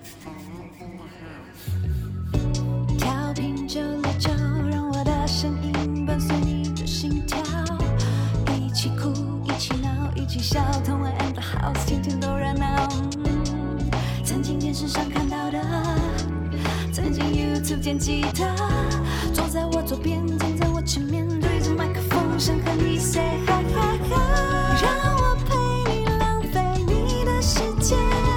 调频969，让我的声音伴随你的心跳，一起哭，一起闹，一起笑，同玩 and the house， 天天都热闹。曾经电视上看到的，曾经 YouTube 见吉他，坐在我左边，站在我前面，对着麦克风，想和你 say hi hi hi， 让我陪你浪费你的时间，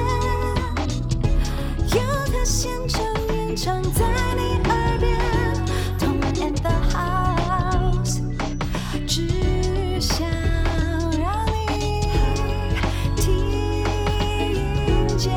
有他现场演唱在你耳边，同玩 and the house， 只想让你听见。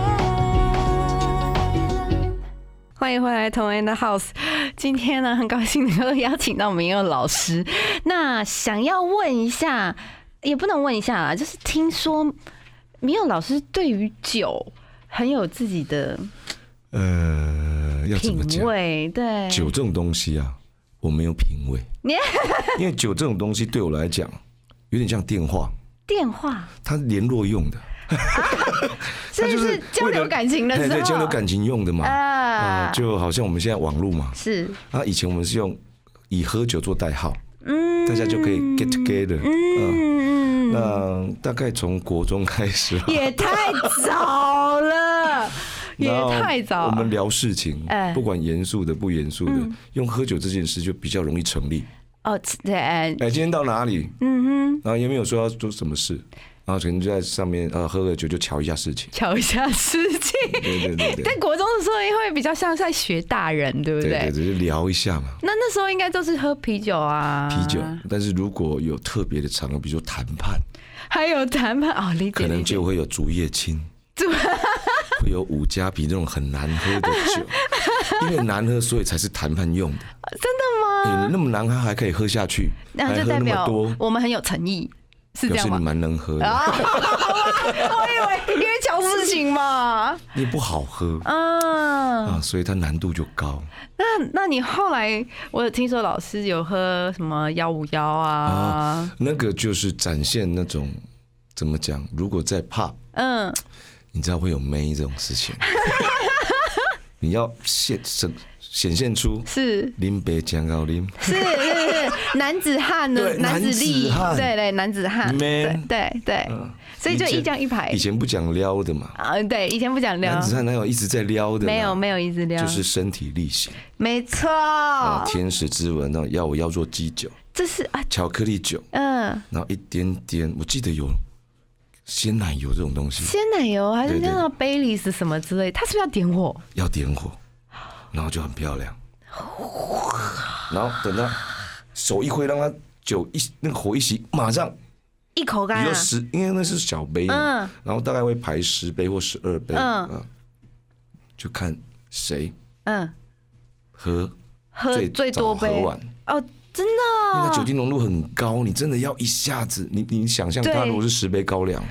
欢迎回来，同恩的 House。今天呢，很高兴能够邀请到明佑老师。那想要问一下，也不能问一下啦，就是听说明佑老师对于酒很有自己的要怎么品讲？ 味。对， 酒这种东西啊，我没有品味，因为酒这种东西对我来讲，有点像电话， 电话它联络用的。 这就是交流感情的时候， 对，交流感情用的嘛，就好像我们现在网络嘛， 是啊，以前我们是用以喝酒做代号，大家就可以 get together，那大概从国中开始， 也太早了，也太早。 我们聊事情，不管严肃的不严肃的，用喝酒这件事就比较容易成立。 哦，对， 今天到哪里？然后也没有说要做什么事。然后可能就在上面喝个酒就瞧一下事情， 瞧一下事情。对。但国中的时候会比较像在学大人，对不对？ 对，只是聊一下嘛。 那时候应该都是喝啤酒啊。 啤酒，但是如果有特别的场合，比如说谈判， 还有谈判哦，理解。 可能就会有竹叶青，会有五加啤那种很难喝的酒，因为难喝，所以才是谈判用的。 真的吗？ 你那么难喝还可以喝下去， 那就代表我们很有诚意。是这样吗？ 表示你蛮能喝的。 我以为因为瞧事情嘛， 你不好喝所以它难度就高。 那你后来，我有听说老师有喝什么151啊？ 那个就是展现那种怎么讲？如果在 pub， 你知道会有妹这种事情，你要显现出是林北江高林是男子汉的男子力，对男子汉，对，所以就一将一排。 以前不讲撩的嘛， 对，以前不讲撩， 男子汉哪有一直在撩的？ 没有一直撩， 就是身体力行， 没错。 天使之吻，那要我要做基酒， 这是巧克力酒，然后一点点，我记得有鲜奶油这种东西， 鲜奶油还是那种 Baileys 什么之类，它是不是要点火？ 要点火。然后就很漂亮，然后等他手一挥，让他酒那个火一熄，马上一口干因为那是小杯嘛，然后大概会排10杯或12杯，就看谁喝最多杯喝完哦，真的， 因为它酒精浓度很高，你真的要一下子，你想象它如果是10杯高粱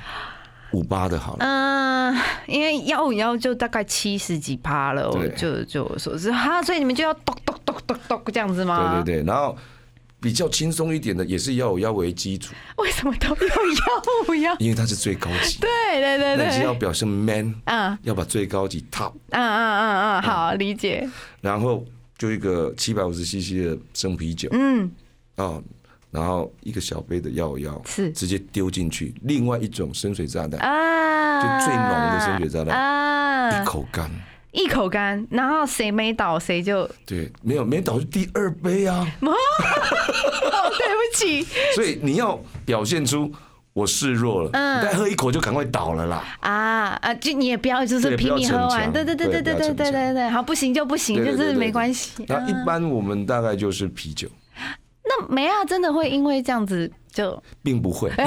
，58的好了， 因为151就大概70几%了，我就说是所以你们就要咚咚咚咚咚这样子吗？ 对，然后比较轻松一点的也是151为基础。 为什么都用151？ 因为它是最高级。 对， 那是要表现 man，要把最高级 top。 好理解。 然后就一个750cc 的生啤酒，然后一个小杯的151是直接丢进去，另外一种深水炸弹就最浓的深水炸弹一口干，然后谁没倒谁就对， 没倒就第2杯啊。 对不起， 所以你要表现出我示弱了，你再喝一口就赶快倒了啦。 就你也不要就是拼命喝完，对，好不行就不行，就是没关系。 那一般我们大概就是啤酒。 那梅亚真的会因为这样子就并不会。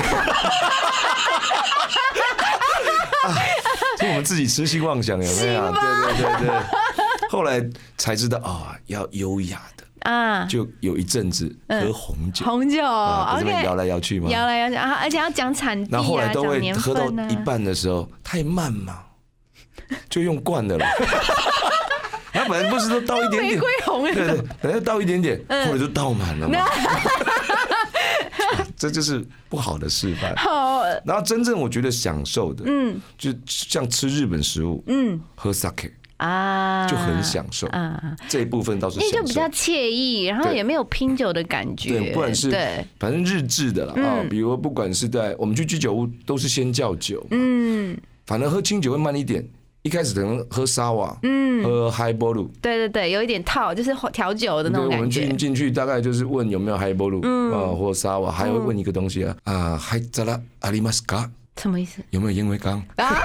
是我们自己痴心妄想，有没有？对。后来才知道要优雅的就有一阵子喝红酒，OK， 摇来摇去嘛， 而且要讲产地然后后来都会喝到一半的时候太慢嘛，就用惯的了。他本来不是都倒一点点， 玫瑰红， 对，本来倒一点点，后来就倒满了嘛。这就是不好的示范。 好， 然后真正我觉得享受的，就像吃日本食物，喝 sake。就很享受这一部分倒是享受， 因为就比较惬意，然后也没有拼酒的感觉。 对，不管是反正日制的啦比如不管是在我们去居酒屋都是先叫酒，反正喝清酒会慢一点。一开始可能喝沙瓦，喝 highball， 对，有一点套，就是调酒的那种感觉。 对，我们进去大概就是问有没有 highball，或沙瓦，还会问一个东西海扎拉阿里马斯卡， 什么意思？ 有没有烟灰缸？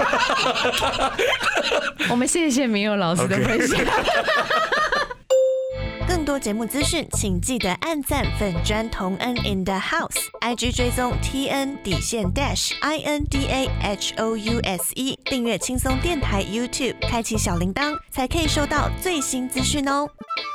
我们谢谢明佑老师的分享。 更多节目资讯，请记得按赞粉专同恩 in the house，IG 追踪 TN_INDAHOUSE， 订阅轻松电台 YouTube， 开启小铃铛，才可以收到最新资讯哦。